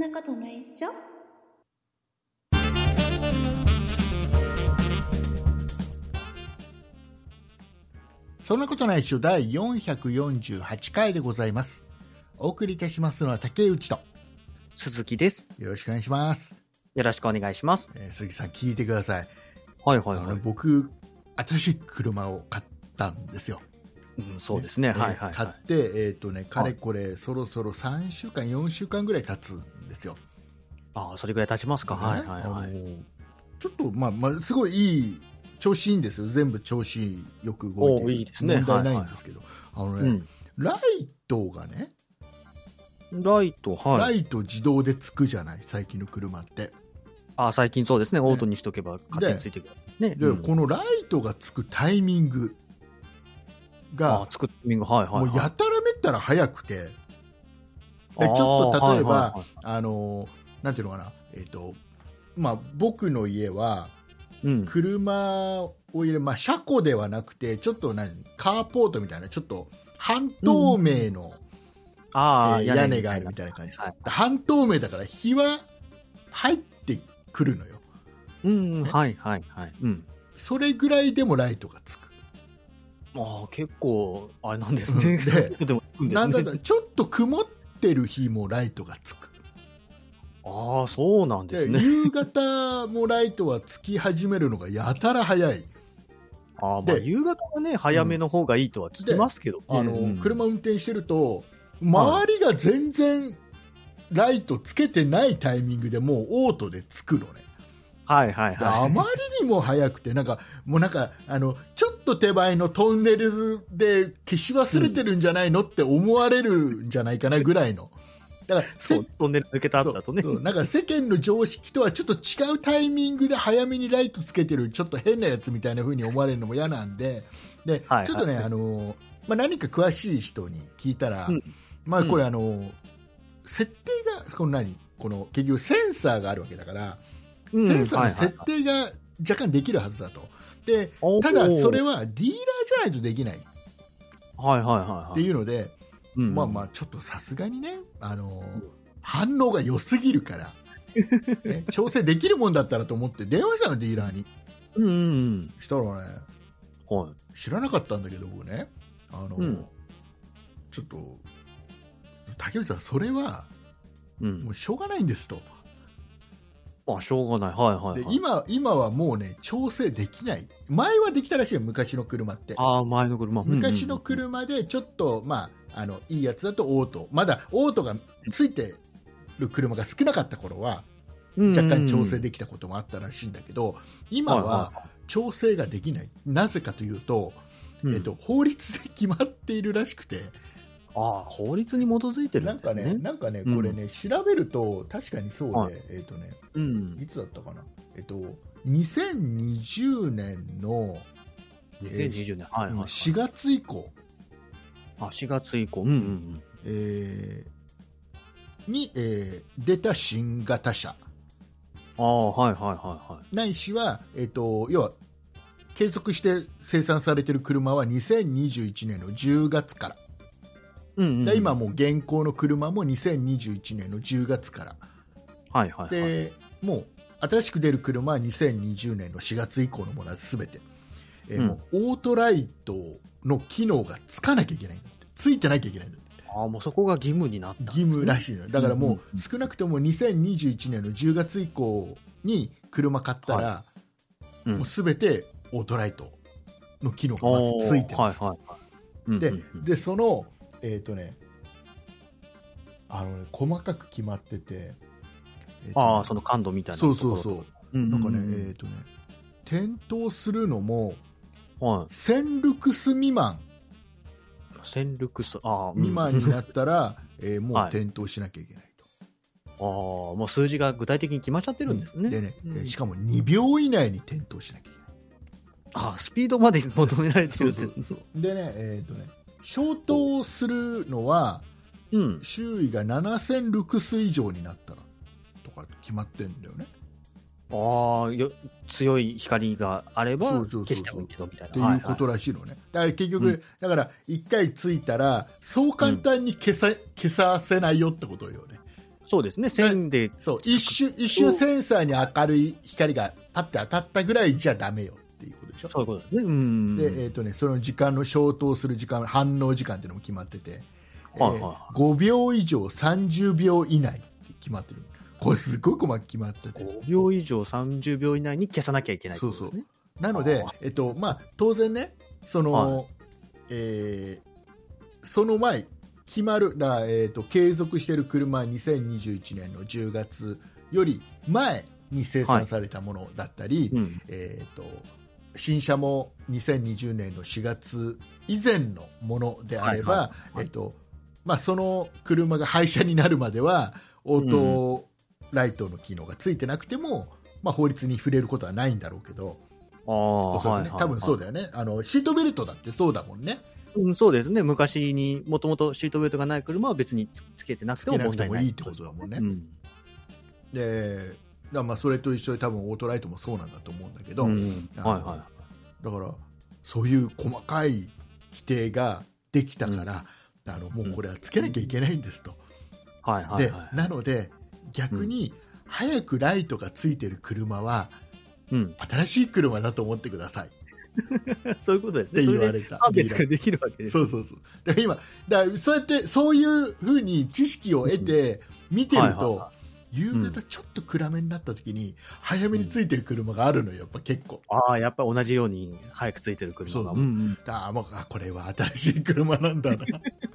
なことないっしょ。 そんなことないっしょ第448回でございます。お送りいたしますのは竹内と鈴木です。 よろしくお願いします。 よろしくお願いします。 鈴木さん聞いてください。 はいはいはい。 僕新しい車を買ったんですよ。 そうですね。はいはい、はい。 買ってかれこれそろそろ3週間4週間ぐらい経つんですよ。 ああ、それぐらい経ちますか。はいはいはい。 ちょっとすごいいい調子いいんですよ。全部調子よく動いていいですね。 問題ないんですけど、ライトがね、 ライト自動でつくじゃない、最近の車って。 最近そうですね。オートにしとけば勝手についてくるね。 で、このライトがつくタイミングがつくタイミング、はいはいはい、 もうやたらめったら早くて、ちょっと例えば、なんていうのかな、僕の家は車を入れ、車庫ではなくてちょっとカーポートみたいな、ちょっと半透明の、屋根があるみたいな感じ、半透明だから日は入ってくるのよ。 はいはいはい。 それぐらいでもライトがつく。 結構あれなんですね。 なんだちょっと曇ってる日もライトがつく。 そうなんですね。 夕方もライトはつき始めるのがやたら早い。 夕方はね早めの方がいいとは聞きますけど、 車運転してると周りが全然ライトつけてないタイミングでもうオートでつくのね。 はいはいはい。 あまりにも早くて、ちょっと手前のトンネルで消し忘れてるんじゃないのって思われるんじゃないかなぐらいの。だからトンネル抜けた後だとね。 世間の常識とはちょっと違うタイミングで早めにライトつけてるちょっと変なやつみたいな風に思われるのも嫌なんで、ちょっとね、何か詳しい人に聞いたら、これ設定がこの結局センサーがあるわけだから、センサーの設定が若干できるはずだと。で、ただそれはディーラーじゃないとできないっていうので、ちょっとさすがにね、反応が良すぎるから、調整できるもんだったらと思って電話したの、ディーラーに。したらね、知らなかったんだけど僕ね、ちょっと竹内さんそれはもうしょうがないんですと。 しょうがない。 で今はもうね調整できない。前はできたらしいよ、昔の車って。 前の車、 昔の車でちょっといいやつだとオート、まだオートがついてる車が少なかった頃は若干調整できたこともあったらしいんだけど、今は調整ができない。なぜかというと、法律で決まっているらしくて。 法律に基づいてるんですね。 これね、調べると確かにそうで、いつだったかな、2020年の4月以降、 4月以降、 に、出た新型車、ないしは、要は継続して生産されている車は2021年の10月から。で今もう現行の車も2021年の10月から、でもう新しく出る車は2020年の4月以降のものは全て、もうオートライトの機能がつかなきゃいけないんだって、ついてなきゃいけないんだって。 もうそこが義務になったんですね。 義務らしいのよ。だからもう少なくとも2021年の10月以降に車買ったら、もう全てオートライトの機能がまずついてます。でその細かく決まってて、 その感度みたいなところ。 そう点灯するのも、1000ルクス未満 1000ルクス未満になったら、もう点灯しなきゃいけないと。 もう数字が具体的に決まっちゃってるんですね。 でね、しかも2秒以内に点灯しなきゃいけない。 スピードまで求められてるんですね。 でね、消灯するのは、周囲が7000ルクス以上になったらとか決まってるんだよね。 強い光があれば消してもいいけどみたいなっていうことらしいのね。だから結局、だから1回ついたらそう簡単に消させないよってことよね。 そうですね、線で。 そう、一瞬センサーに明るい光がパッて当たったぐらいじゃダメよっていうことでしょ。 そういうことですね。うん。 で、その時間の消灯する時間、反応時間っていうのも決まってて、5秒以上30秒以内って決まってる。これすごい細かく決まってて。 5秒以上30秒以内に消さなきゃいけないってことですね。 そうなので、当然ね、その前、決まる継続している車は2021年の10月より前に生産されたものだったり、新車も2020年の4月以前のものであれば、その車が廃車になるまではオートライトの機能がついてなくても、法律に触れることはないんだろうけど、多分そうだよね。シートベルトだってそうだもんね。 そうですね。昔にもともとシートベルトがない車は別につけてなくても問題ない。 いいってことだもんね。で、それと一緒に多分オートライトもそうなんだと思うんだけど、だからそういう細かい規定ができたから、もうこれはつけなきゃいけないんですと。で、なので逆に早くライトがついてる車は、新しい車だと思ってください。 そういうことですね。 って言われた。 判別ができるわけです。 そう。だからそうやってそういうふうに知識を得て見てると、夕方ちょっと暗めになった時に早めについてる車があるのよ、やっぱ結構。 やっぱ同じように早くついてる車が。 もうこれは新しい車なんだな。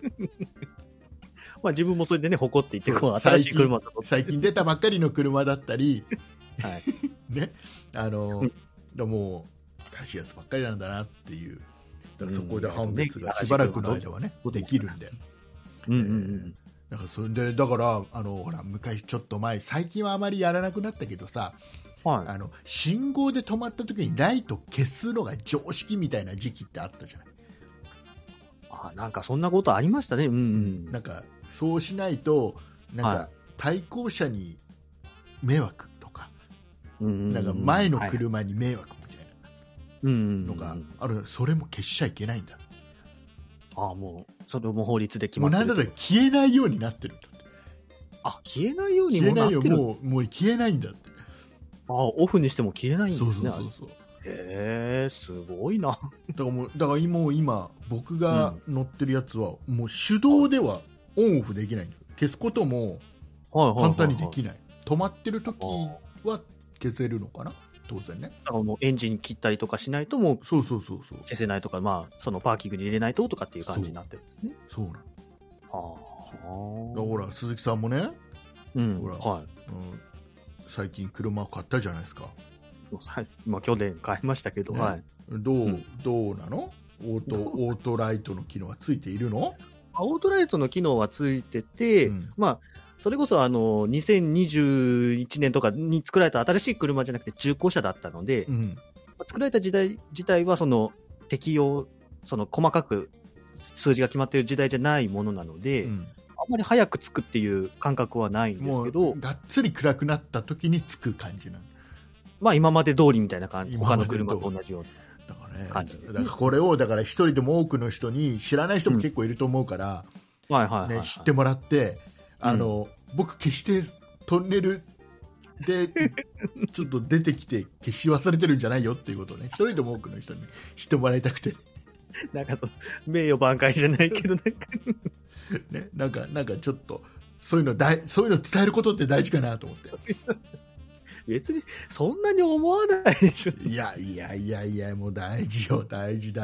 自分もそれでね、誇っていて、新しい車だと。 最近出たばっかりの車だったり、ね、もう新しいやつばっかりなんだなっていう、そこで判別がしばらくの間はね、できるんで。だからほら昔ちょっと前、最近はあまりやらなくなったけどさ、信号で止まった時にライト消すのが常識みたいな時期ってあったじゃない。 なんかそんなことありましたね。 なんかそうしないとなんか対向車に迷惑とか、なんか前の車に迷惑みたいなのがある。それも消しちゃいけないんだ。 もうそれも法律で決まってる。 なんだら消えないようになってるんだって。 消えないようにもなってる。 もう消えないんだって。 オフにしても消えないんですね。 そう。 すごいな。 だから今僕が乗ってるやつはもう手動ではオンオフできないんだよ。消すことも簡単にできない。止まってる時は消せるのかな、当然ね。 だからもうエンジン切ったりとかしないともう消せないとか、そのパーキングに入れないととかっていう感じになってるんですね。 そうなの。ほら鈴木さんもね、最近車買ったじゃないですか。 去年買いましたけど、どうなの？オートライトの機能はついているの？ オートライトの機能はついてて、それこそ2021年とかに作られた新しい車じゃなくて中古車だったので、作られた時代自体はその適用、その細かく数字が決まっている時代じゃないものなので、あんまり早くつくっていう感覚はないんですけど、 もうがっつり暗くなった時につく感じなの。 今まで通りみたいな感じ、他の車と同じような感じで、 だからこれを一人でも多くの人に、知らない人も結構いると思うから、知ってもらって、僕決してトンネルでちょっと出てきて消し忘れてるんじゃないよっていうことをね、一人でも多くの人に知ってもらいたくて、 なんか名誉挽回じゃないけどなんかちょっとそういうの伝えることって大事かなと思って。 別にそんなに思わないでしょ。 いやもう大事よ、大事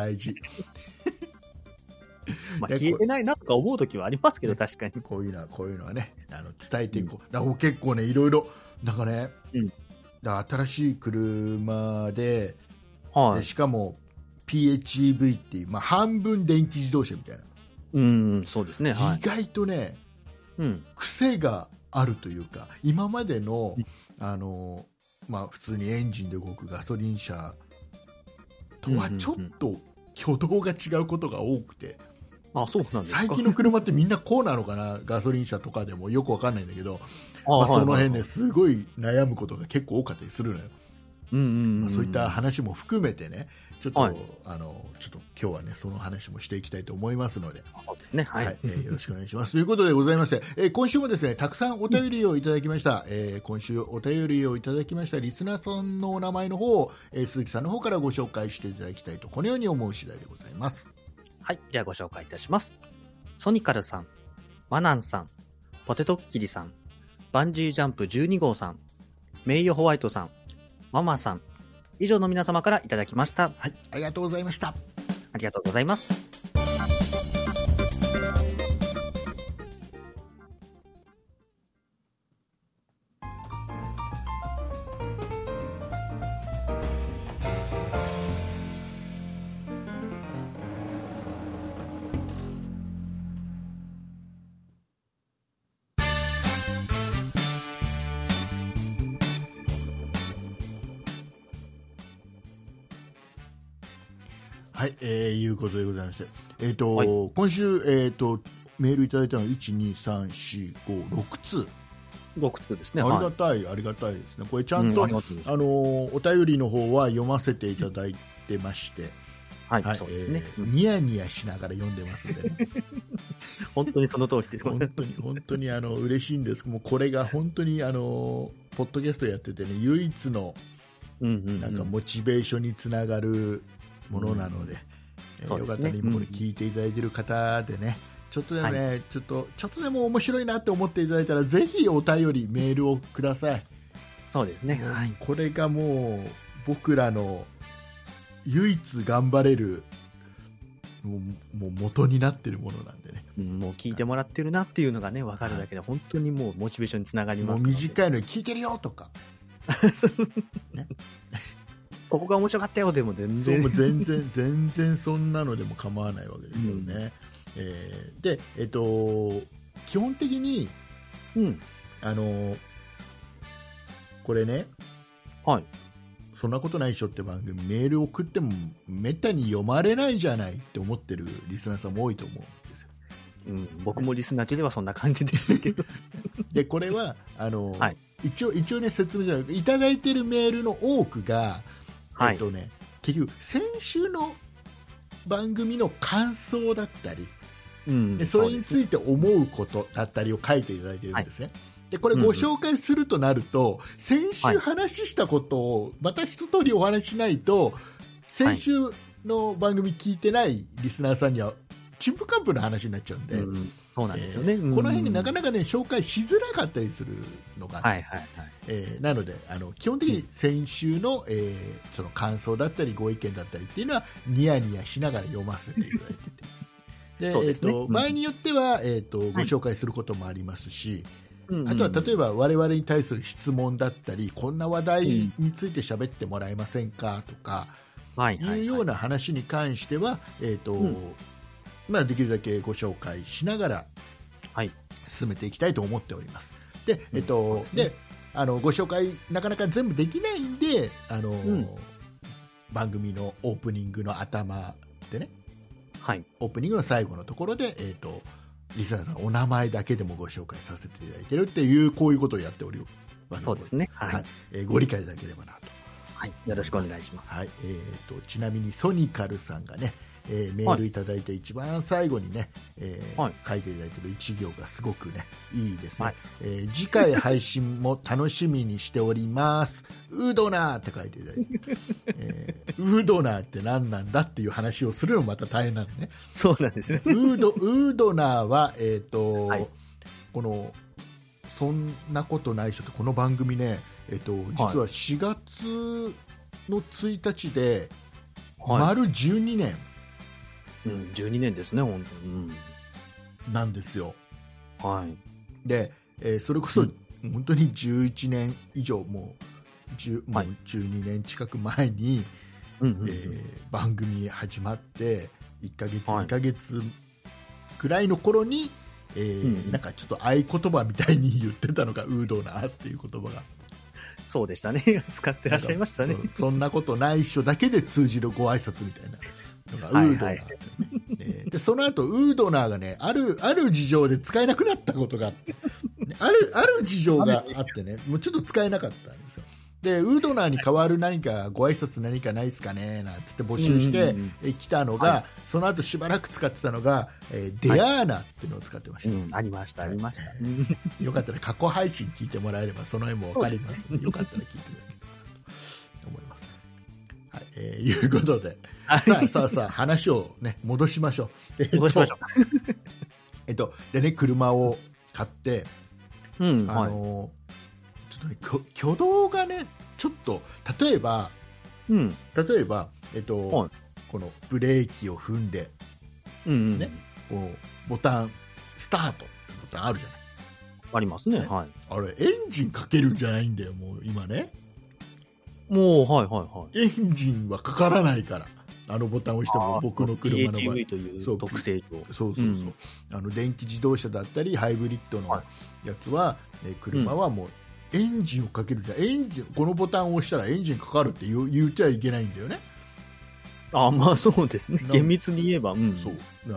消えてないなとか思うときはありますけど、確かにこういうのはね、伝えていこう。だから結構ね、いろいろなんかね、だから新しい車で、しかも PHEV っていう、半分電気自動車みたいな、 そうですね、 意外とね、癖があるというか、今までの、普通にエンジンで動くガソリン車とはちょっと挙動が違うことが多くて、 そうなんですか。 最近の車ってみんなこうなのかな、ガソリン車とかでもよくわかんないんだけど、その辺ね、すごい悩むことが結構多かったりするのよ。そういった話も含めてね、 ちょっと、はい、ちょっと今日はねその話もしていきたいと思いますので、 ね、はい、 はい、よろしくお願いしますということでございまして、今週もですねたくさんお便りをいただきました、今週お便りをいただきましたリスナーさんのお名前の方を、鈴木さんの方からご紹介していただきたいとこのように思う次第でございます。 はい、ではご紹介いたします。ソニカルさん、マナンさん、ポテトッキリさん、バンジージャンプ12号さん、メイヨホワイトさん、ママさん、以上の皆様からいただきました。 はい、ありがとうございました。 ありがとうございます。 はい、いうことでございまして、はい、今週、メールいただいたのは1、2、3、4、5、6通。 6通ですね。 ありがたい、はい、ありがたいですね。これちゃんと、お便りの方は読ませていただいてまして、 はい、はい、そうですね、 ニヤニヤしながら読んでますんでね。 本当にその通りです。 本当に嬉しいんです。もうこれが本当にポッドキャストやっててね、唯一のなんかモチベーションにつながるものなので、よかったら今これ聞いていただいている方でね、ちょっとでもね、はい、ちょっとでも面白いなって思っていただいたらぜひお便りメールをください。 そうですね、はい、 これがもう僕らの唯一頑張れるもう元になってるものなんでね、 もう聞いてもらってるなっていうのがね分かるだけで本当にもうモチベーションにつながりますので、 もう短いのに聞いてるよとかねここが面白かったよでも全然そんなのでも構わないわけですよね。で、基本的に、これね、 はい、 そんなことないでしょって番組メール送ってもめったに読まれないじゃないって思ってるリスナーさんも多いと思うんですよ。 僕もリスナー中ではそんな感じでしたけどでこれははい、一応ね説明じゃない、いただいてるメールの多くが結局先週の番組の感想だったり、でそれについて思うことだったりを書いていただいてるんですね。はい、でこれご紹介するとなると、先週話したことをまた一通りお話ししないと、先週の番組聞いてないリスナーさんにはちんぷかんぷの話になっちゃうんで、 そうなんですよね、 この辺になかなかね紹介しづらかったりするのが、なので基本的に先週の、その感想だったりご意見だったりっていうのはニヤニヤしながら読ませていただいてて、で場合によっては、ご紹介することもありますし、あとは例えば我々に対する質問だったり、こんな話題について喋ってもらえませんかとかいうような話に関しては、できるだけご紹介しながら進めていきたいと思っております。で、でご紹介なかなか全部できないんで、番組のオープニングの頭でね、オープニングの最後のところで、リスナーさんお名前だけでもご紹介させていただいているっていう、こういうことをやっております。 そうですね、 ご理解いただければなと、 よろしくお願いします。 ちなみにソニカルさんがね、メールいただいて一番最後にね、書いていただいている一行がすごくねいいですね。次回配信も楽しみにしておりますウードナーって書いていただいて、ウードナーって何なんだっていう話をするのもまた大変なんでね。 そうなんですね。 ウードナーは、このそんなことない人ってこの番組ね、実は4月の1日で丸12年、 12年ですね、本当に、 なんですよ。 で、 それこそ本当に11年以上、もう12年近く前に、番組始まって1ヶ月、2ヶ月くらいの頃に、なんかちょっと合言葉みたいに言ってたのがウードナーっていう言葉が。 そうでしたね、使ってらっしゃいましたね。 そんなことないっしょだけで通じるご挨拶みたいなのがウードナー、でその後ウードナーがね、ある事情で使えなくなったことがあってある事情があってね、もうちょっと使えなかったんですよ。 でウードナーに代わる何かご挨拶何かないですかねなんつって募集して来たのが、はい、その後しばらく使ってたのが、デアーナっていうのを使ってました、 ありました、ありました。 よかったら過去配信聞いてもらえればその辺も分かりますのでよかったら聞いていただければと思います。はい、いうことで、さあ話を、ね、戻しましょう。 戻しましょう。でね、車を買って、 はい、 ちょっとね、挙動がね、ちょっと例えば、はい、このブレーキを踏んで、ね、こうボタンスタートってボタンあるじゃない。 ありますね。はい。 あれエンジンかけるんじゃないんだよ、もう今ね。 もうはいはいはい。 エンジンはかからないから。あのボタンを押しても僕の車の場合 PHEV という特性上そう、電気自動車だったりハイブリッドのやつは、車はもうエンジンをかけるじゃこのボタンを押したらエンジンかかるって言っちゃいけないんだよね。 まあそうですね、厳密に言えば、 そう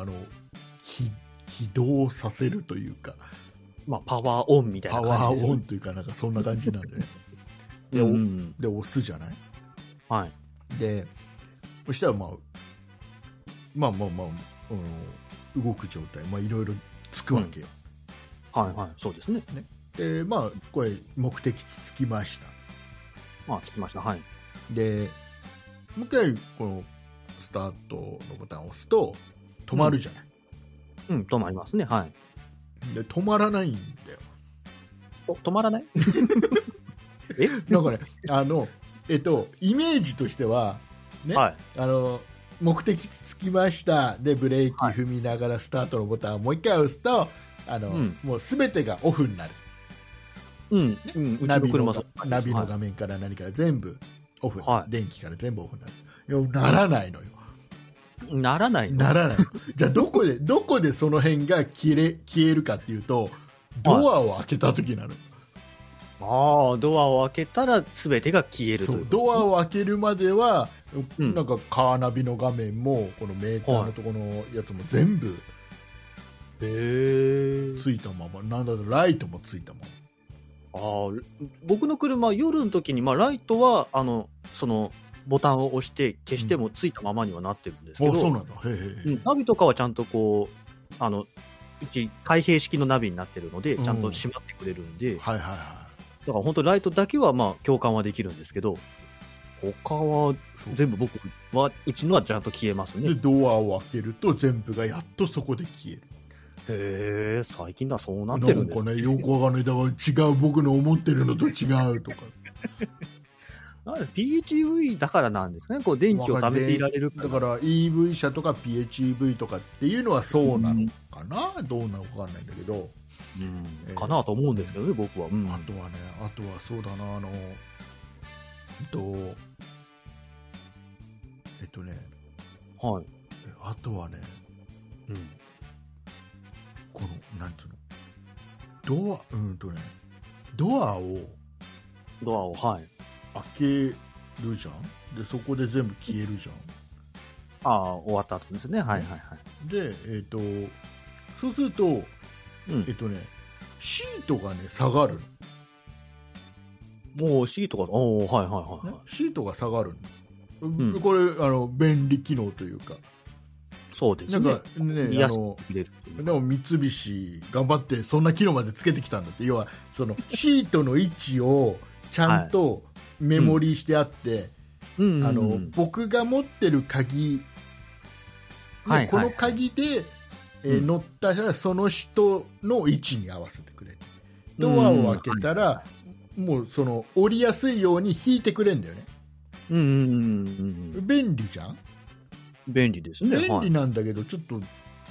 起動させるというか、 まあ、パワーオンみたいな感じです、 パワーオンというかなんかそんな感じなんでねで押すじゃない。 はい。 でそしたらまあ動く状態、いろいろつくわけよ、 はいはい、そうですね。 でこれ目的地着きました。 着きました。はい。 でもう一回このスタートのボタンを押すと止まるじゃない。 止まりますね。はい。 で止まらないんだよ。 止まらないなんかねイメージとしてはね、はい、目的地着きましたでブレーキ踏みながらスタートのボタンをもう一回押すともう全てがオフになる、ナビの画面から何から全部オフ、電気から全部オフになる。ならないのよ。 ならないの。 じゃあどこでその辺が消えるかっていうとドアを開けた時なの。 ドアを開けたら全てが消えるという。 ドアを開けるまでは、なんかカーナビの画面もこのメーターのところのやつも全部ついたまま、なんだろう、ライトもついたまま。 僕の車夜の時に、ライトはそのボタンを押して消してもついたままにはなってるんですけど、 そうなんだ。 ナビとかはちゃんとこう開閉式のナビになってるのでちゃんと閉まってくれるんで、だから本当ライトだけは共感はできるんですけど、他は全部僕はうちのはちゃんと消えますね。 でドアを開けると全部がやっとそこで消える。 へえ、最近だそうなってるんですね。 なんかね、よくわかんない。だから違う、僕の思ってるのと違うとか。 PHEV だからなんですかね、こう電気を貯めていられるだから EV 車とか PHEV とかっていうのはそうなのかな、どうなのかわかんないんだけど、 かなと思うんですけどね、僕は。 あとはそうだな、 はい。 あとはね、このなんつうの、ドアをはい開けるじゃん。でそこで全部消えるじゃん。終わった後ですね。はいはいはい。 でそうするとシートがね下がる。 もうシートがはいはいはい、 シートが下がる。これ便利機能というか。 そうですね。 なんかね、でも三菱頑張ってそんな機能までつけてきたんだって。要はそのシートの位置をちゃんとメモリーしてあって、僕が持ってる鍵、この鍵で、乗ったらその人の位置に合わせてくれて、ドアを開けたら、もうその降りやすいように引いてくれるんだよね。便利じゃん。 便利ですね。 便利なんだけど、ちょっと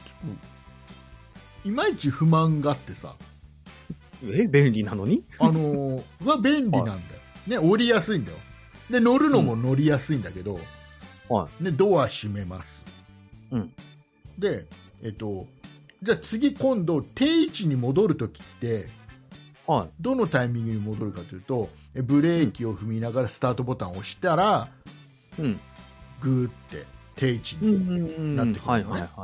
いまいち不満があってさ。 便利なのに便利なんだよ、ね、降りやすいんだよ。で乗るのも乗りやすいんだけど、ね、ドア閉めます、でじゃあ次今度定位置に戻るときって、どのタイミングに戻るかというと、ブレーキを踏みながらスタートボタンを押したら、グーって定位置になってくるのね。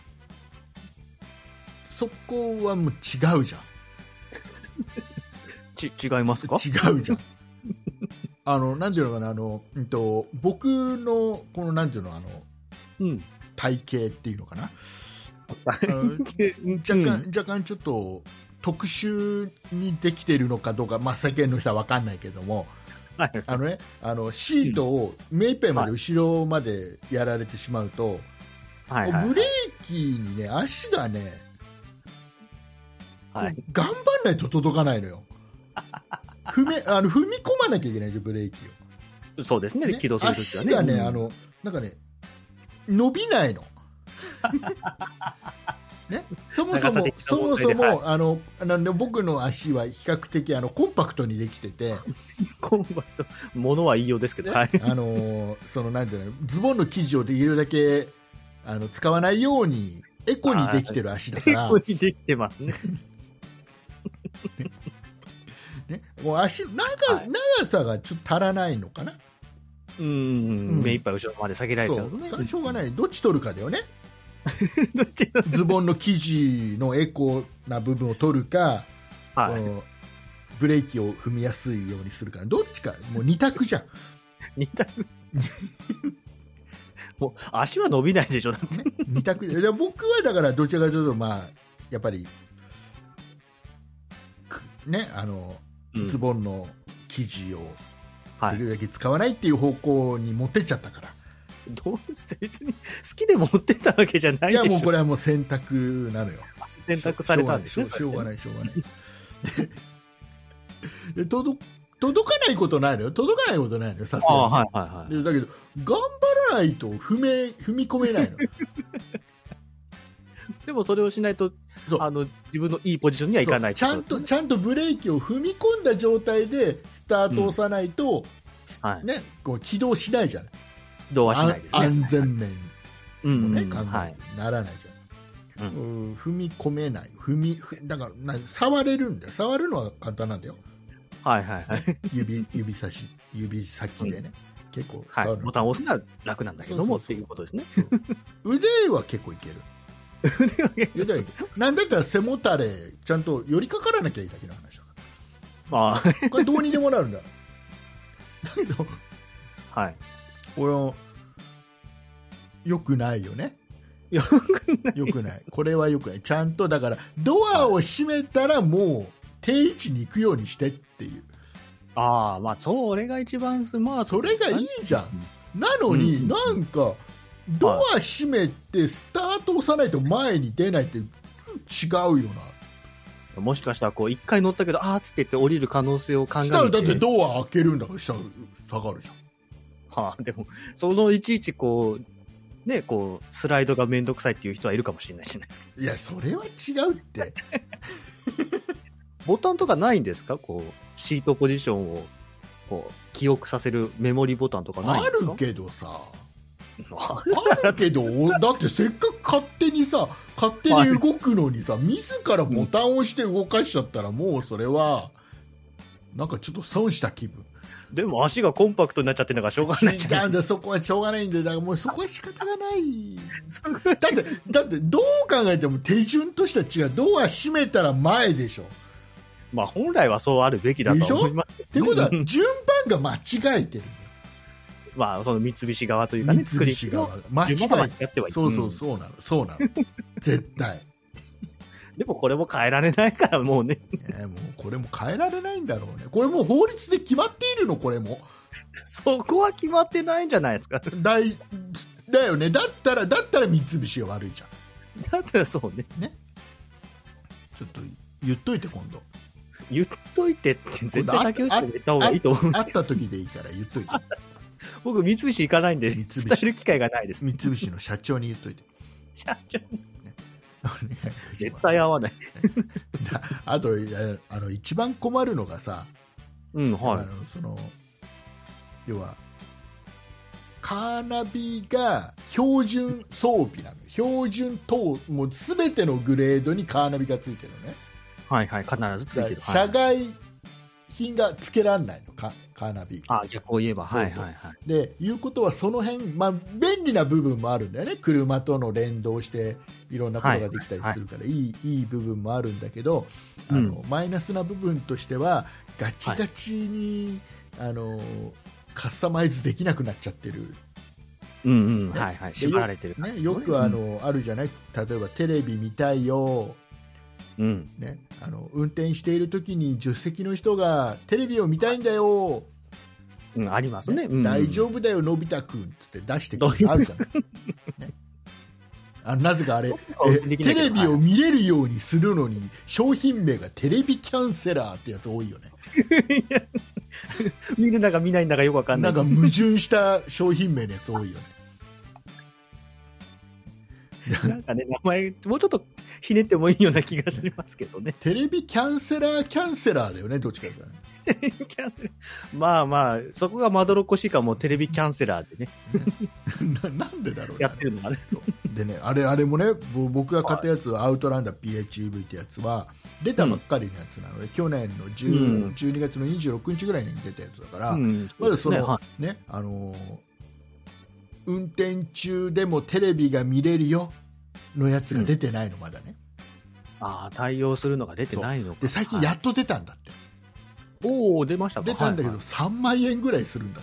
そこはもう違うじゃん。 違いますか？ 違うじゃん。なんていうのかな、僕の、この、なんていうの、体型っていうのかな。若干ちょっと、特殊にできているのかどうか、まあ、世間の人は分かんないけども、シートを目いっぱいまで後ろまでやられてしまうと、ブレーキにね、足がね、頑張んないと届かないのよ。踏み込まなきゃいけないじゃん、ブレーキを。そうですね、起動するときはね。 足がね、なんかね、伸びないの。ね、そもそも僕の足は比較的コンパクトにできてて、 コンパクト、物は言いようですけど、はい、 なんていうの、ズボンの生地をできるだけ使わないようにエコにできてる足だから、 エコにできてますね。 ね、もう足長さがちょっと足らないのかな。 目いっぱい後ろまで下げられちゃうとね。 しょうがない、どっち取るかだよね。ズボンの生地のエコな部分を取るか、ブレーキを踏みやすいようにするか、どっちか、もう2択じゃん。 2択もう足は伸びないでしょ、だって 2択で、僕はだからどちらかというと、まあ、やっぱりね、ズボンの生地をできるだけ使わないっていう方向に持ってっちゃったから。 どうせ別に好きで持ってったわけじゃないでしょ。 いや、もうこれはもう選択なのよ。 選択されたんでしょ。 しょうがない。で届かないことないのよ。さすがに。だけど頑張らないと踏み込めないの。 でもそれをしないと自分のいいポジションにはいかない。 ちゃんとブレーキを踏み込んだ状態でスタートを押さないと、ね、こう起動しないじゃない。 動はしないですね。 安全面もね、考えてならないじゃん。踏み込めない。だから触れるんだよ。触るのは簡単なんだよ。指先でね、結構触る、 ボタンを押すのは楽なんだけどもっていうことですね。 腕は結構いける。なんだったら背もたれちゃんと寄りかからなきゃいいだけの話だから。これどうにでもなるんだ。だけど、俺はよくないよね。よくない。これはよくない。ちゃんとだからドアを閉めたらもう定位置に行くようにしてっていう。 まあそれが一番スマート。 それがいいじゃん。なのに、なんかドア閉めてスタート押さないと前に出ないって違うよな。もしかしたらこう一回乗ったけどつって言って降りる可能性を考えて。 したらだってドア開けるんだから下下がるじゃん。 でもそのいちいちこうね、こうスライドがめんどくさいっていう人はいるかもしれないじゃないですか。 いや、それは違うって。 ボタンとかないんですか？こうシートポジションをこう記憶させるメモリボタンとかないんですか？ あるけどさ。あるけど、だってせっかく勝手に動くのにさ、自らボタンを押して動かしちゃったら、もうそれはなんかちょっと損した気分。 でも足がコンパクトになっちゃってるのがしょうがないじゃん。 そこはしょうがないんで、だからもうそこは仕方がない。だってどう考えても手順としては違う。ドア閉めたら前でしょ。 まあ本来はそうあるべきだと思います。 ってことは順番が間違えてる。 まあその三菱側というかね、 三菱側が間違えてはいる。そうなの。絶対。 でもこれも変えられないからもうね。 もうこれも変えられないんだろうね。これもう法律で決まっているの、これも。 そこは決まってないんじゃないですか。 だよね。だったら三菱が悪いじゃん。だったらそうね。 ちょっと言っといて今度。 言っといてって絶対先打ちで言った方がいいと思う。 会った時でいいから言っといて。 僕三菱行かないんで伝える機会がないです。 三菱の社長に言っといて。 社長に。絶対合わない。 あと一番困るのがさ、要はカーナビが標準装備なの。標準もうすべてのグレードにカーナビがついてるのね。 必ずついてる。 社外品がつけられないのか。 カーナビ。 逆を言えば、はいはいはい。 で、いうことはその辺、まあ、便利な部分もあるんだよね。車との連動していろんなことができたりするから、いい部分もあるんだけど、マイナスな部分としてはガチガチに、カスタマイズできなくなっちゃってる。 はいはい。縛られてる、 ね。よくあるじゃない。例えばテレビ見たいよ。ね、運転しているときに助手席の人がテレビを見たいんだよ、 ありますね、 大丈夫だよ、のび太くんって出してくるのあるじゃない、ね、なぜかあれテレビを見れるようにするのに商品名がテレビキャンセラーってやつ多いよね。 見るんだか見ないんだかよくわかんない。 なんか矛盾した商品名のやつ多いよね。 なんかね、名前もうちょっとひねってもいいような気がしますけどね。 テレビキャンセラーだよね、どっちかですかね。 まあまあ、そこがまどろっこしいかも、テレビキャンセラーでね。 なんでだろうね。 やってるのかね。 でね、あれもね、僕が買ったやつ、アウトランダー PHEV ってやつは、出たばっかりのやつなので、去年の12月の26日ぐらいに出たやつだから、まずその、ね、運転中でもテレビが見れるよのやつが出てないの、まだね。 対応するのが出てないのか。 で、最近やっと出たんだって。 出ましたか。 出たんだけど、3万円ぐらいするんだって。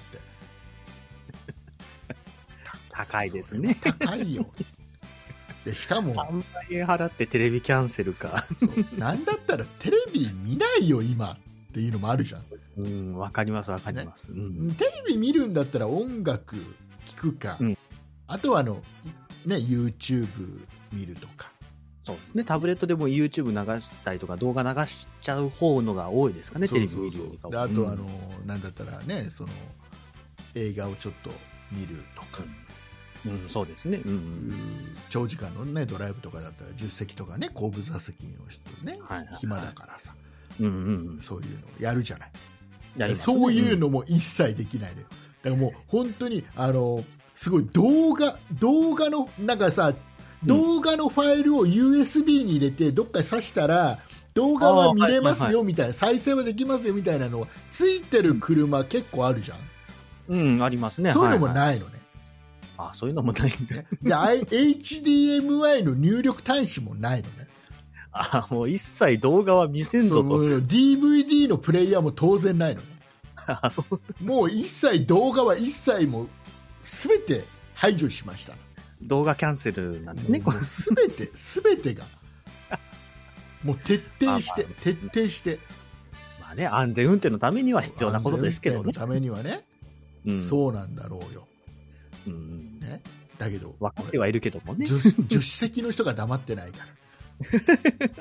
高いですね。 高いよ。で、しかも、 3万円払ってテレビキャンセルか。 なんだったらテレビ見ないよ、今っていうのもあるじゃん。 わかります、わかります、 テレビ見るんだったら音楽聞くか、あとはYouTube 見るとか。 そうですね、タブレットでも YouTube 流したりとか動画流しちゃう方のが多いですかね、テレビ見るよりかは。 あとなんだったらね、その映画をちょっと見るとか、 そうですね、 長時間の、ね、ドライブとかだったら助手席とかね、後部座席の人ね、暇だからさ、そういうのをやるじゃない。そういうのも一切できないのよ。だからもう本当にすごい動画のなんかさ、動画のファイルを USB に入れてどっかに挿したら動画は見れますよみたいな、再生はできますよみたいなのがついてる車結構あるじゃん。 ありますね。 そういうのもないのね。 そういうのもないんだ。 で、HDMI の入力端子もないのね。 もう一切動画は見せんぞと。 DVD のプレイヤーも当然ないのね。もう一切動画は一切もう全て排除しました。 動画キャンセルなんですね。 全てがもう徹底して。 まあね、安全運転のためには必要なことですけどね。 安全運転のためにはね、そうなんだろうよ。ね、だけど分かってはいるけどもね。 助手席の人が黙ってないから。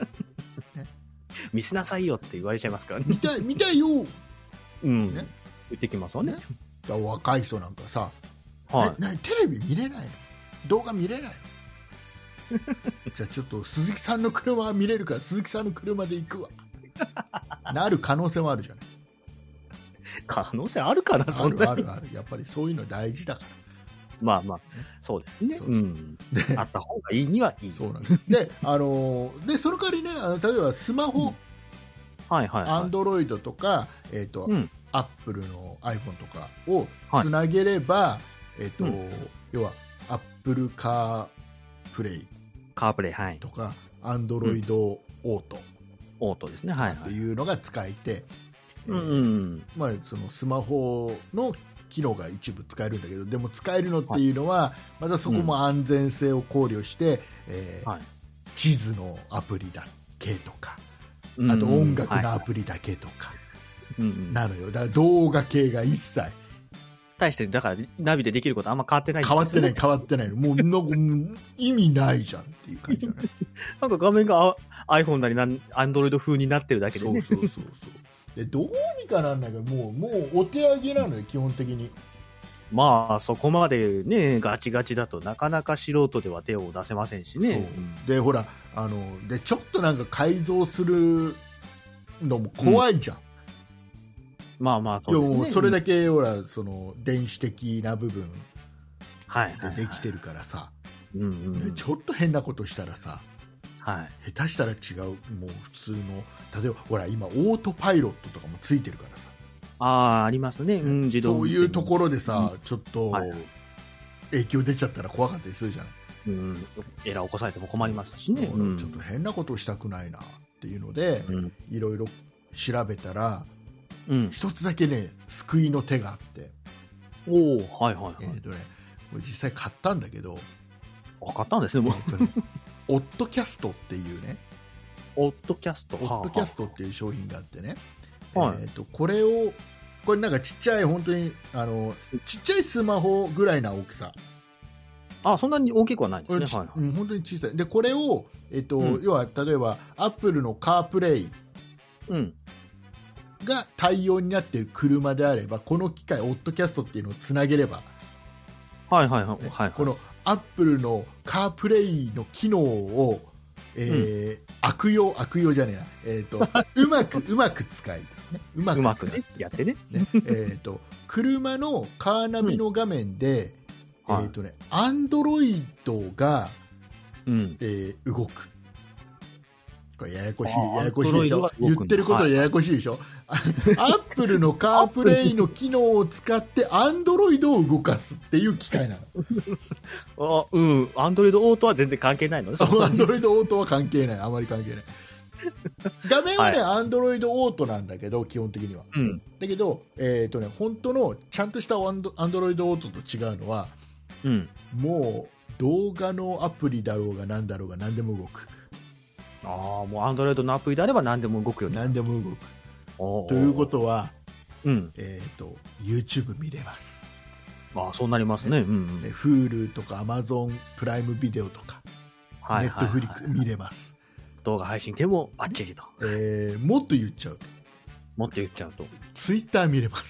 ね、見せなさいよって言われちゃいますからね。 見たいよ。ね、 言ってきますわね。 若い人なんかさ、テレビ見れないの？動画見れないの？じゃあちょっと鈴木さんの車は見れるから鈴木さんの車で行くわ。なる可能性もあるじゃない。 可能性あるかな、そんなに。 ある。やっぱりそういうの大事だから。 まあまあ、そうですね。あった方がいいにはいい。 そうなんです。で、その代わりね、例えばスマホ、アンドロイドとか、アップルの iPhone とかをつなげれば、要はアップルカープレイとか、アンドロイドオートですね。 っていうのが使えて、まあ、そのスマホの機能が一部使えるんだけど、でも使えるのっていうのは、またそこも安全性を考慮して、地図のアプリだけとか、あと音楽のアプリだけとかなのよ。だから動画系が一切。 対してだからナビでできることあんま変わってない、 変わってない。もうなんか意味ないじゃんっていう感じじゃない。 なんか画面が iPhone なりAndroid 風になってるだけでね。 そうでどうにかなんないからもうお手上げなのよ基本的に。 まあそこまでねガチガチだとなかなか素人では手を出せませんしね。 でほらでちょっとなんか改造するのも怖いじゃん。 まあそうですね。 それだけほらその電子的な部分でできてるからさ、ちょっと変なことしたらさ、下手したら違うもう普通の例えばほら今オートパイロットとかもついてるからさ。 ありますね、自動そういうところでさ、ちょっと、 はい、 影響出ちゃったら怖かったりするじゃない。 エラー起こされても困りますしね。 ちょっと変なことをしたくないなっていうので、いろいろ調べたら、一つだけね、救いの手があって。 おお、はいはいはい。 これ実際買ったんだけど。 買ったんですね、もう。 オッドキャストっていうね。 オッドキャスト。 オッドキャストっていう商品があってね。これなんかちっちゃい、本当にちっちゃいスマホぐらいな大きさ。 そんなに大きくはないですね。 本当に小さい。で、これを、要は例えばアップルのカープレイが対応になっている車であれば、この機械、オッドキャストっていうのをつなげれば、このアップルのカープレイの機能を、悪用じゃねえな、うまく使い、うまくね、やってね。 車のカーナビの画面で、アンドロイドが、動く。これややこしいでしょ。言ってることはややこしいでしょ。アップルのカープレイの機能を使ってアンドロイドを動かすっていう機械なの。アンドロイドオートは全然関係ないのね。 アンドロイドオートは関係ない。あまり関係ない。画面はね、アンドロイドオートなんだけど、基本的には。だけど、本当のちゃんとしたアンドロイドオートと違うのは、もう動画のアプリだろうが何だろうが何でも動く。 もうアンドロイドのアプリであれば何でも動くよね。 何でも動く。ということは、YouTube 見れます。 そうなりますね。 Hulu とか Amazon プライムビデオとか、Netflix 見れます。 動画配信系もバッチリと。 もっと言っちゃうと。Twitter 見れます。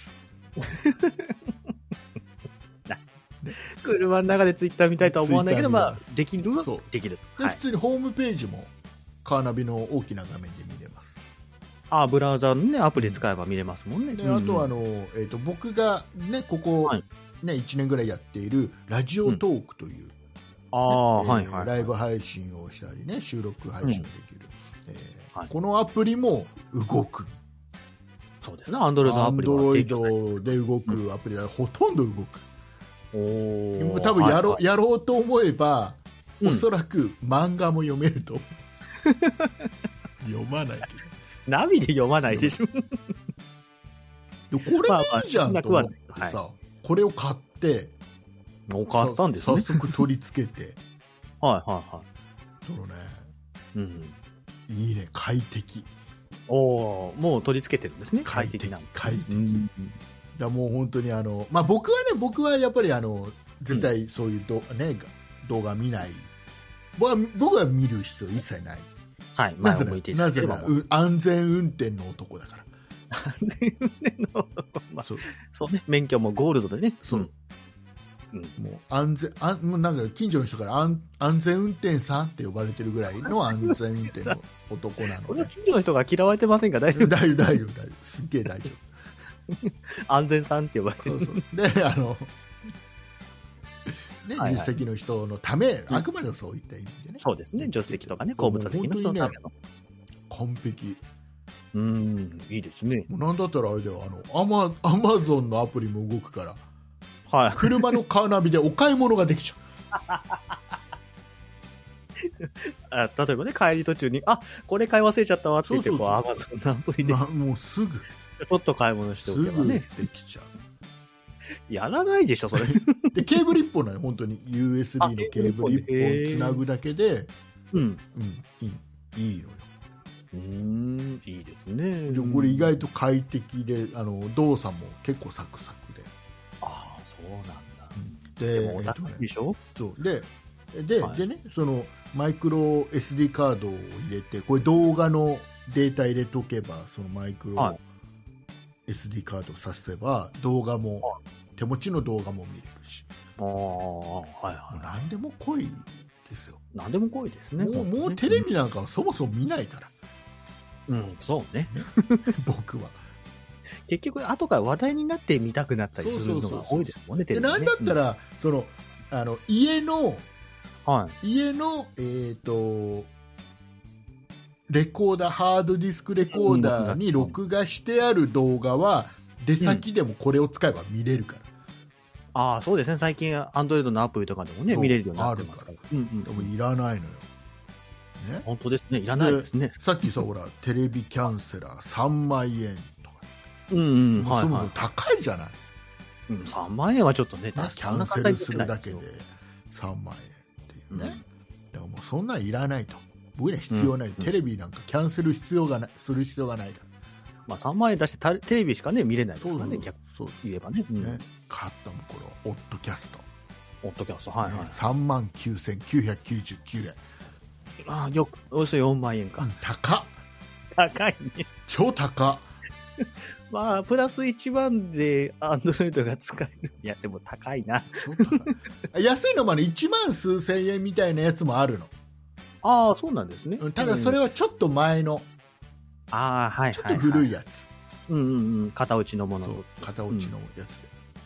車の中でツイッター見たいとは思わないけど、できるはできる。 普通にホームページもカーナビの大きな画面で見れます。 ブラウザのね、アプリ使えば見れますもんね。 で、あとは僕がね、ここ、1年ぐらいやっているラジオトークという、ライブ配信をしたりね、収録配信できる。このアプリも動く。 そうですね、アンドロイドアプリは。 アンドロイドで動くアプリはほとんど動く。多分やろうと思えば、おそらく漫画も読めると思う。読まないけど。 ナビで読まないでしょ。 これでいいじゃんと思ってさ、これを買って、 買ったんですね。 早速取り付けて。いいね、快適。 もう取り付けてるんですね。快適な。 快適。だもう本当に僕はやっぱり絶対そういう動画見ない。僕は見る必要一切ない。なぜなら安全運転の男だから。 安全運転の男。そうね、免許もゴールドでね。 もうもうなんか近所の人から安全運転さんって呼ばれてるぐらいの安全運転の男なので。 近所の人が嫌われてませんか？大丈夫。 大丈夫。すっげえ大丈夫。 安全さんって呼ばれてる。 で、助手席の人のため、あくまでもそういった意味でね。 そうですね、助手席とかね、後部座席の人のための。 完璧。 いいですね。 なんだったらあれではアマゾンのアプリも動くから、車のカーナビでお買い物ができちゃう。例えばね、帰り途中に、これ買い忘れちゃったわって言って、アマゾンのアプリで。 もうすぐ。 ちょっと買い物しておけばね。 すぐできちゃう。 やらないでしょ、それ。 で、ケーブル1本なのよ、本当に。USB のケーブル1本つなぐだけで、いいのよ。 いいですね。 これ意外と快適で、動作も結構サクサクで。 そうなんだ。 で、 お高いでしょ？ でね、そのマイクロ SD カードを入れて、これ動画のデータ入れとけば、そのマイクロ SD カードを挿せば、動画も、手持ちの動画も見れるし。何でも濃いですよ。 何でも濃いですね。 もうテレビなんかはそもそも見ないから。 そうね。 僕は。 結局、後から話題になって見たくなったりするのが多いですもんね、テレビね。 なんだったら、家の、レコーダー、ハードディスクレコーダーに録画してある動画は、 出先でもこれを使えば見れるから、 そうですね、最近アンドロイドのアプリとかでもね見れるようになってますから。 でもいらないのよ、 ね、本当ですね、いらないですね。 さっきさほらテレビキャンセラー3万円とか、その高いじゃない。 3万円はちょっとね、 キャンセルするだけで3万円っていうね、だからもうそんなんいらないと、僕には必要ない、テレビなんかキャンセルする必要がないから、 3万円出してテレビしかね見れないですからね、逆に言えばね。 買ったもんこれオッドキャスト、 3 万9999円、 およそ4万円か。高いね、 超高っプラス1万でアンドロイドが使える。いやでも高いな。 安いのも1万数千円みたいなやつもあるの。そうなんですね。 ただそれはちょっと前の、ちょっと古いやつ、 型落ちのもの、 型落ちのやつで、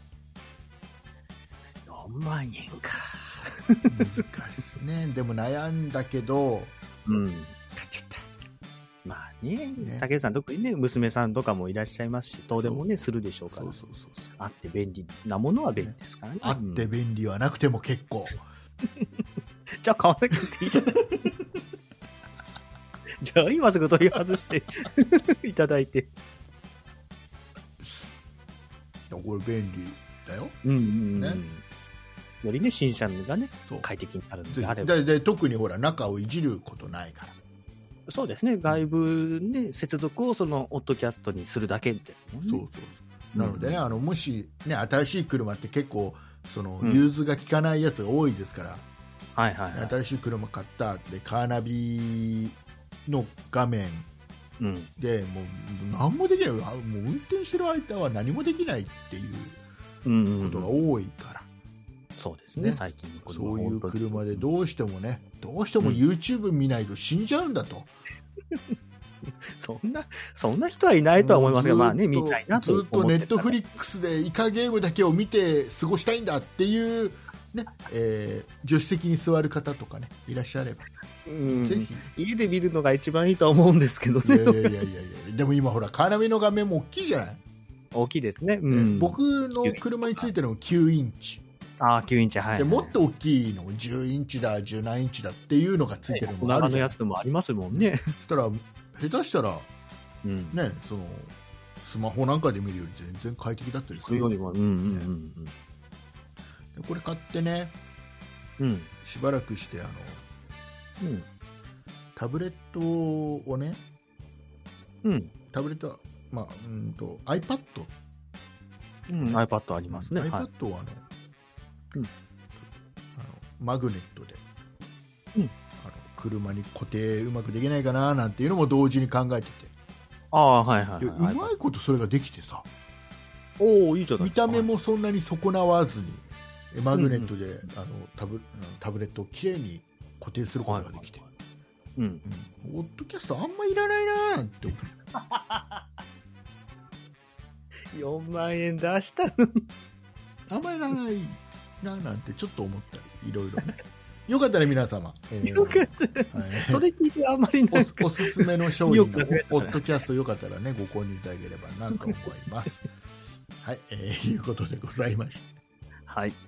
4万円か。 難しいね。でも悩んだけど、買っちゃった。 竹内さん特にね娘さんとかもいらっしゃいますし、どうでもねするでしょうから。あって便利なものは便利ですからね。 あって便利はなくても結構。 じゃあ買わなくていいじゃない。じゃあ今すぐ取り外していただいて。 これ便利だよ。 よりね新車がね快適になるのであれば。 で特にほら中をいじることないから。 そうですね、外部で接続をそのオッドキャストにするだけですもんね。 なのでね、もしね新しい車って結構その融通が利かないやつが多いですから、新しい車買ったでカーナビの画面でもう何もできない、もう運転してる間は何もできないっていうことが多いから。 そうですね、最近のそういう車でどうしても YouTube 見ないと死んじゃうんだと。 そんな人はいないとは思いますが、見たいなとずっとネットフリックスでイカゲームだけを見て過ごしたいんだっていうね、助手席に座る方とかねいらっしゃれば、ぜひ家で見るのが一番いいとは思うんですけどね。 いやでも今ほらカーナビの画面も大きいじゃない。 大きいですね。 僕の車についてるのも9インチ。 9インチ、 でもっと大きいの10インチだ10何インチだっていうのがついてるのもあるじゃない。 のやつでもありますもんね。 そしたら下手したら、ね、そのスマホなんかで見るより全然快適だったりするよりも、これ買ってね、しばらくしてタブレットをね、タブレットは、iPad、 iPad ありますね。 iPad はね、マグネットで、車に固定うまくできないかななんていうのも同時に考えてて、うまいことそれができてさ、 いいじゃないですか。 見た目もそんなに損なわずにマグネットで、タブレットをきれいに固定することができて、オッドキャストあんまいらないななんて思う。4万円出したのにあんまりいらないななんてちょっと思ったりいろいろね。よかったら皆様、 それ聞いてあんまりおすすめの商品のポッドキャストよかったらねご購入いただければなと思います。はい、いうことでございました。 はい。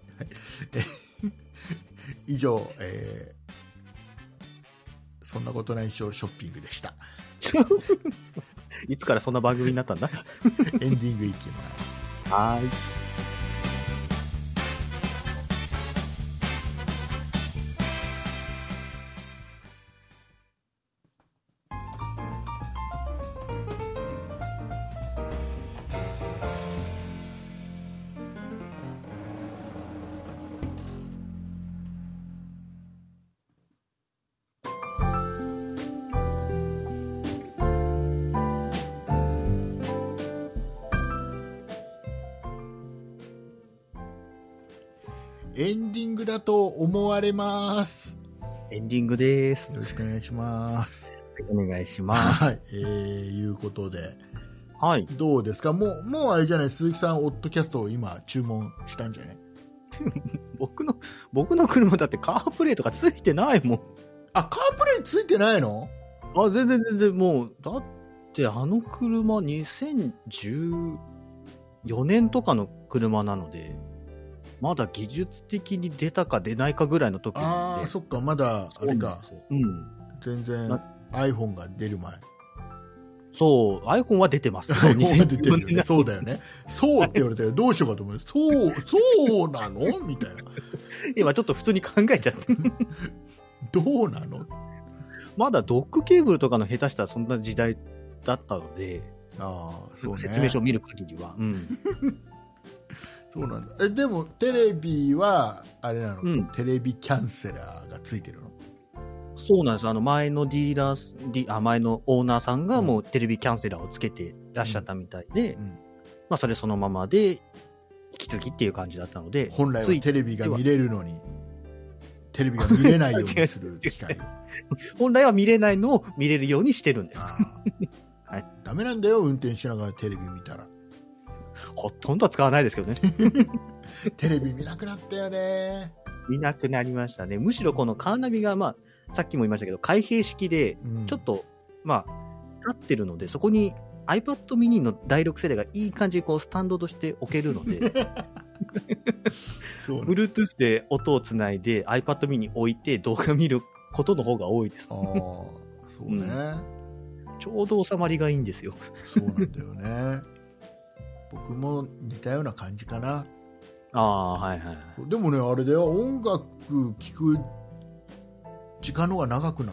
以上、そんなことないショッピングでした。 いつからそんな番組になったんだ。 エンディングいきます。 はい。 エンディングだと思われます。 エンディングです。 よろしくお願いします。 お願いします。 はい、いうことで、 はい。 どうですか。もうあれじゃない、鈴木さんオッドキャストを今注文したんじゃない？ 僕の車だってカープレイとかついてないもん。 あ、カープレイついてないの？ 全然もうだってあの車2010 4年とかの車なので、まだ技術的に出たか出ないかぐらいの時なので。 そっか、まだあれか。 うん。 全然 iPhone が出る前。 そう、iPhone は出てますけど、 iPhone は出てるよね。そうだよね。そうって言われたよ。どうしようかと思う。そうなのみたいな。 今ちょっと普通に考えちゃって。 どうなの？ まだドックケーブルとかの下手したらそんな時代だったので、 そうね、 説明書を見る限りは。 そうなんだ。でもテレビはあれなの、テレビキャンセラーがついてるの？ そうなんです。前の前のオーナーさんがもうテレビキャンセラーをつけてらっしゃったみたいで、まあそれそのままで引き継ぎっていう感じだったので、 本来はテレビが見れるのにテレビが見れないようにする機械を本来は見れないのを見れるようにしてるんです。 はい、ダメなんだよ、運転しながらテレビ見たら。 ほとんどは使わないですけどね。 テレビ見なくなったよね。 見なくなりましたね。むしろこのカーナビが、まあ、さっきも言いましたけど、開閉式で、ちょっと、まあ、立ってるので、そこに iPad mini の第6世代がいい感じにこうスタンドとして置けるので、Bluetooth で音をつないで iPad mini 置いて動画見ることの方が多いです。 そうね、 ちょうど収まりがいいんですよ。 そうなんだよね。僕も似たような感じかな。 はいはい。 でもね、あれだよ、音楽聴く時間の方が長くなった。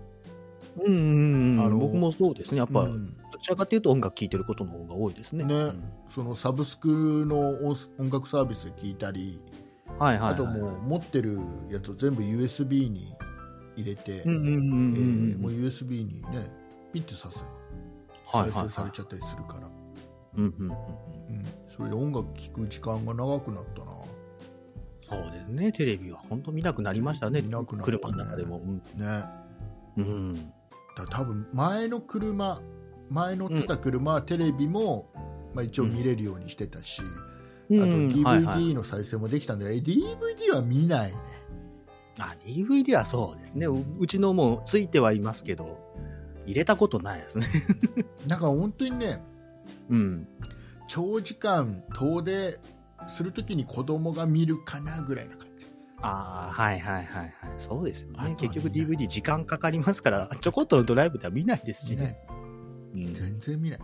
僕もそうですね。やっぱ、どちらかというと音楽聴いてることの方が多いですね。 そのサブスクの音楽サービスで聴いたり、あともう持ってるやつを全部 USB に入れて、もう USB にね、ピッてさせ再生されちゃったりするから、それで音楽聴く時間が長くなったな。 そうですね。テレビは本当見なくなりましたね。車の中でも。 多分前乗ってた車はテレビも、まあ、一応見れるようにしてたし、あと DVD の再生もできたんで、DVD は見ないね。 DVD はそうですね。うちのもついてはいますけど、入れたことないですね。 なんか本当にね、長時間遠出するときに子供が見るかなぐらいな感じ。 そうですよね。結局 DVD 時間かかりますから、ちょこっとのドライブでは見ないですしね。 全然見ない。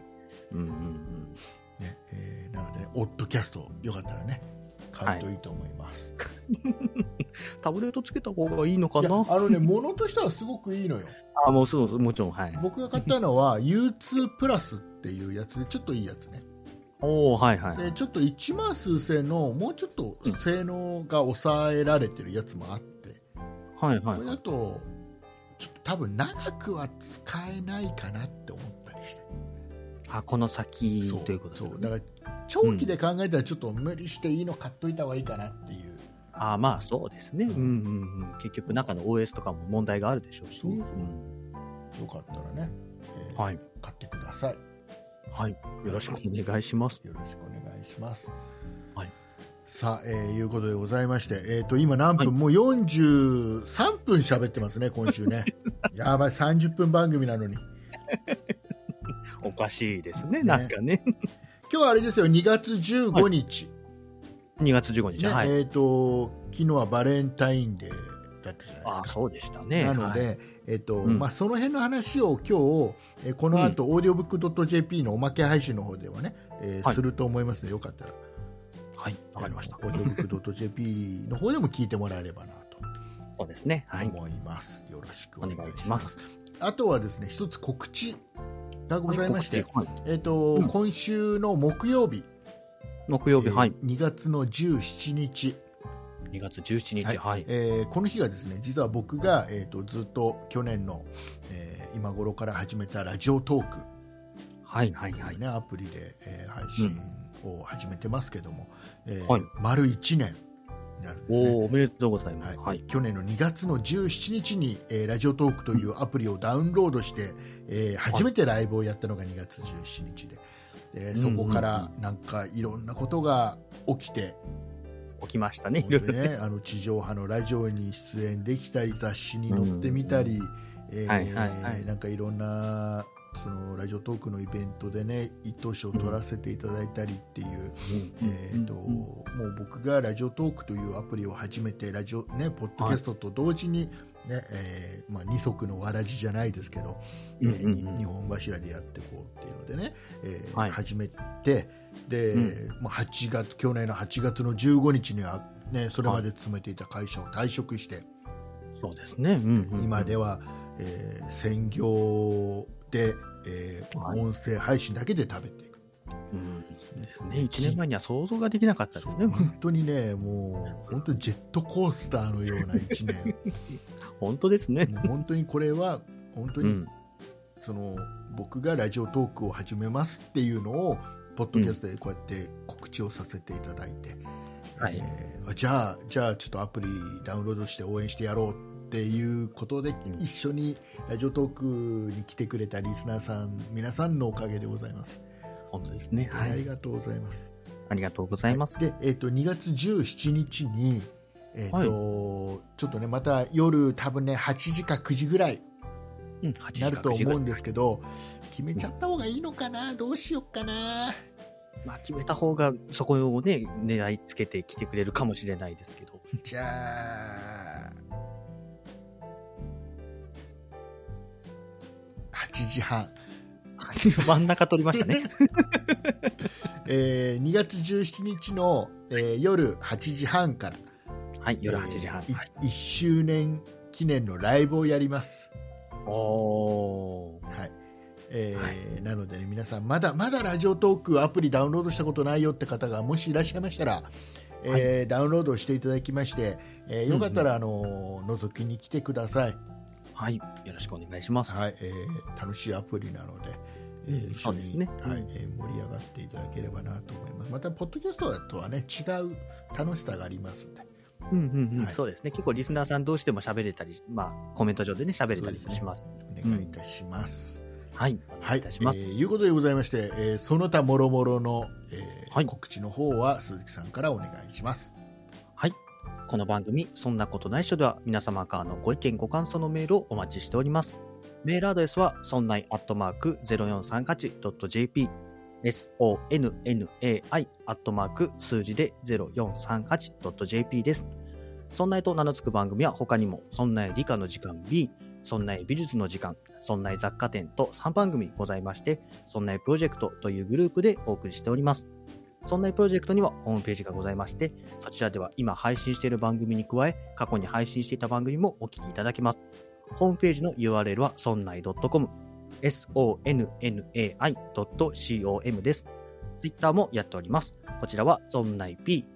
なので、オッドキャストよかったらね、買うといいと思います。 タブレットつけた方がいいのかな。 物としてはすごくいいのよ。 もちろん、 僕が買ったのは U2 プラスっていうやつで、ちょっといいやつね。でちょっと1万数千のもうちょっと性能が抑えられてるやつもあって、これだとちょっと多分長くは使えないかなって思ったりして、 この先ということですね。 だから長期で考えたらちょっと無理していいの買っといた方がいいかなっていう。 まあそうですね。結局中の OS とかも問題があるでしょうし、よかったらね、買ってください。 よろしくお願いします。 よろしくお願いします。さあ、いうことでございまして、今何分、もう43分喋ってますね、今週ね。やばい、30分番組なのに。 おかしいですね、なんかね。 今日はあれですよ、2月15日。 2月15日、 昨日はバレンタインデーだったじゃないですか。 そうでしたね。 なので、その辺の話を今日、この後、オーディオブックドット JP のおまけ配信の方ではね、すると思いますので、よかったら、 わかりました。 オーディオブックドット JP の方でも聞いてもらえればなと。 そうですね。 思います。よろしくお願いします。あとはですね、一つ告知がございまして、今週の木曜日、2月の17日、 2月17日、 この日がですね、実は僕が、ずっと去年の、今頃から始めたラジオトーク、アプリで、配信を始めてますけども、丸1年になるんですね。 おめでとうございます。 去年の2月の17日に、ラジオトークというアプリをダウンロードして、初めてライブをやったのが2月17日で、そこからなんかいろんなことが起きましたね。地上波のラジオに出演できたり、雑誌に載ってみたり、なんかいろんなそのラジオトークのイベントでね一等賞を取らせていただいたりっていう、もう僕がラジオトークというアプリを始めてラジオ、ね、ポッドキャストと同時に、ね二足のわらじじゃないですけど、2本柱でやっていこうっていうのでね、始めてで、去年の8月の15日には、ね、それまで勤めていた会社を退職して、 そうですね、 今では、専業で、音声配信だけで食べていく。 ですね、1年前には想像ができなかったですね。 本当にね、もう本当にジェットコースターのような1年本当ですね。 本当にこれは本当に、その僕がラジオトークを始めますっていうのをポッドキャストでこうやって告知をさせていただいて、じゃあちょっとアプリダウンロードして応援してやろうっていうことで、一緒にラジオトークに来てくれたリスナーさん皆さんのおかげでございます。 本当ですね、 ありがとうございます。 ありがとうございます。 で、2月17日に、ちょっとねまた夜多分ね8時か9時ぐらいになると思うんですけど、決めちゃった方がいいのかな、どうしよっかな。 決めた方がそこをね狙いつけてきてくれるかもしれないですけど、 じゃあ8時半真ん中取りましたね 2月17日の、夜8時半から、 夜8時半、 1周年記念のライブをやります。なので、ね、皆さんまだラジオトークアプリダウンロードしたことないよって方がもしいらっしゃいましたら、ダウンロードしていただきまして、よかったら覗きに来てください。 よろしくお願いします。 楽しいアプリなので、一緒に、盛り上がっていただければなと思います。またポッドキャストとはね違う楽しさがありますので、 そうですね。結構リスナーさん同士でも喋れたり、コメント上でね喋れたりもします。 お願いいたします。 お願いいたします。 いうことでございまして、その他もろもろの、告知の方は鈴木さんからお願いします。 この番組そんなことないっしょでは皆様からのご意見ご感想のメールをお待ちしております。メールアドレスはそんない @0438.jp sonnai 数字で 0438.jp です。そんないと名の付く番組は他にもそんない理科の時間 B、そんない美術の時間、そんない雑貨店と3番組ございまして、そんないプロジェクトというグループでお送りしております。そんないプロジェクトにはホームページがございまして、そちらでは今配信している番組に加え、過去に配信していた番組もお聞きいただけます。ホームページの URL はそんない .com、sonnai.com です。ツイッターもやっております。こちらはそんない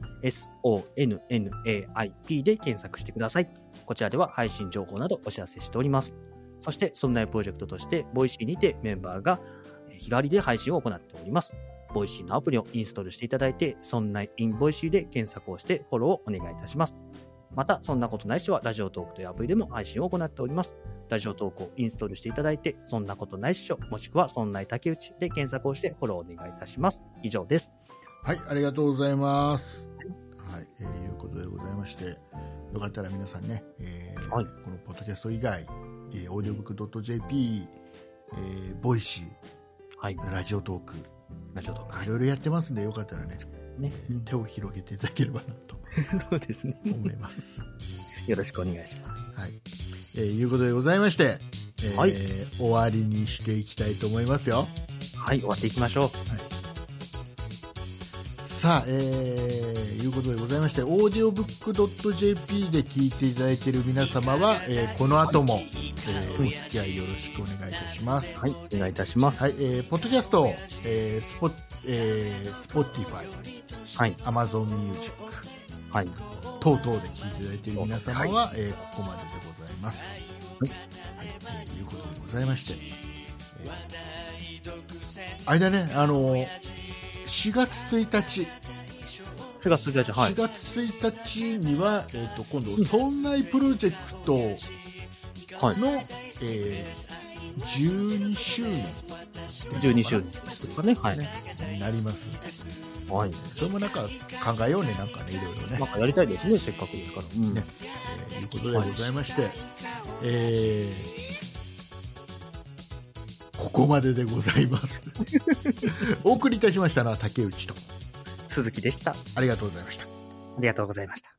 P、sonnaip で検索してください。こちらでは配信情報などお知らせしております。そして、そんないプロジェクトとして、ボイシーにてメンバーが日帰りで配信を行っております。ボイシーのアプリをインストールしていただいて、そんない in ボイシーで検索をしてフォローをお願いいたします。また、そんなことないっしょはラジオトークというアプリでも配信を行っております。ラジオトークをインストールしていただいて、そんなことないっしょ、もしくはそんない竹内で検索をしてフォローお願いいたします。以上です。 ありがとうございます。いうことでございまして、よかったら皆さんね、このポッドキャスト以外、オーディオブック .jp、ボイシー、ラジオトーク、いろいろやってますんで、よかったらね、手を広げていただければなとそうですね、 思います。 よろしくお願いします。 いうことでございまして、終わりにしていきたいと思いますよ。 終わっていきましょう。 さあ、いうことでございまして、オーディオブック .jp で聞いていただいている皆様は、この後も、お付き合いよろしくお願いいたします。 お願いいたします。 ポッドキャスト、Spotify、Amazon Music、等々で聞いていただいている皆様は、ここまででございます。いうことでございまして、間ね、4月1日、 4月1日、 4月1日には、今度、そんないプロジェクトの、12周年ですかね、 になります。それもなんか考えようね、なんかね、いろいろね。 なんかやりたいですね、せっかくですから。いうことでございまして、 ここまででございますお送りいたしましたのは竹内と鈴木でした。 ありがとうございました。 ありがとうございました。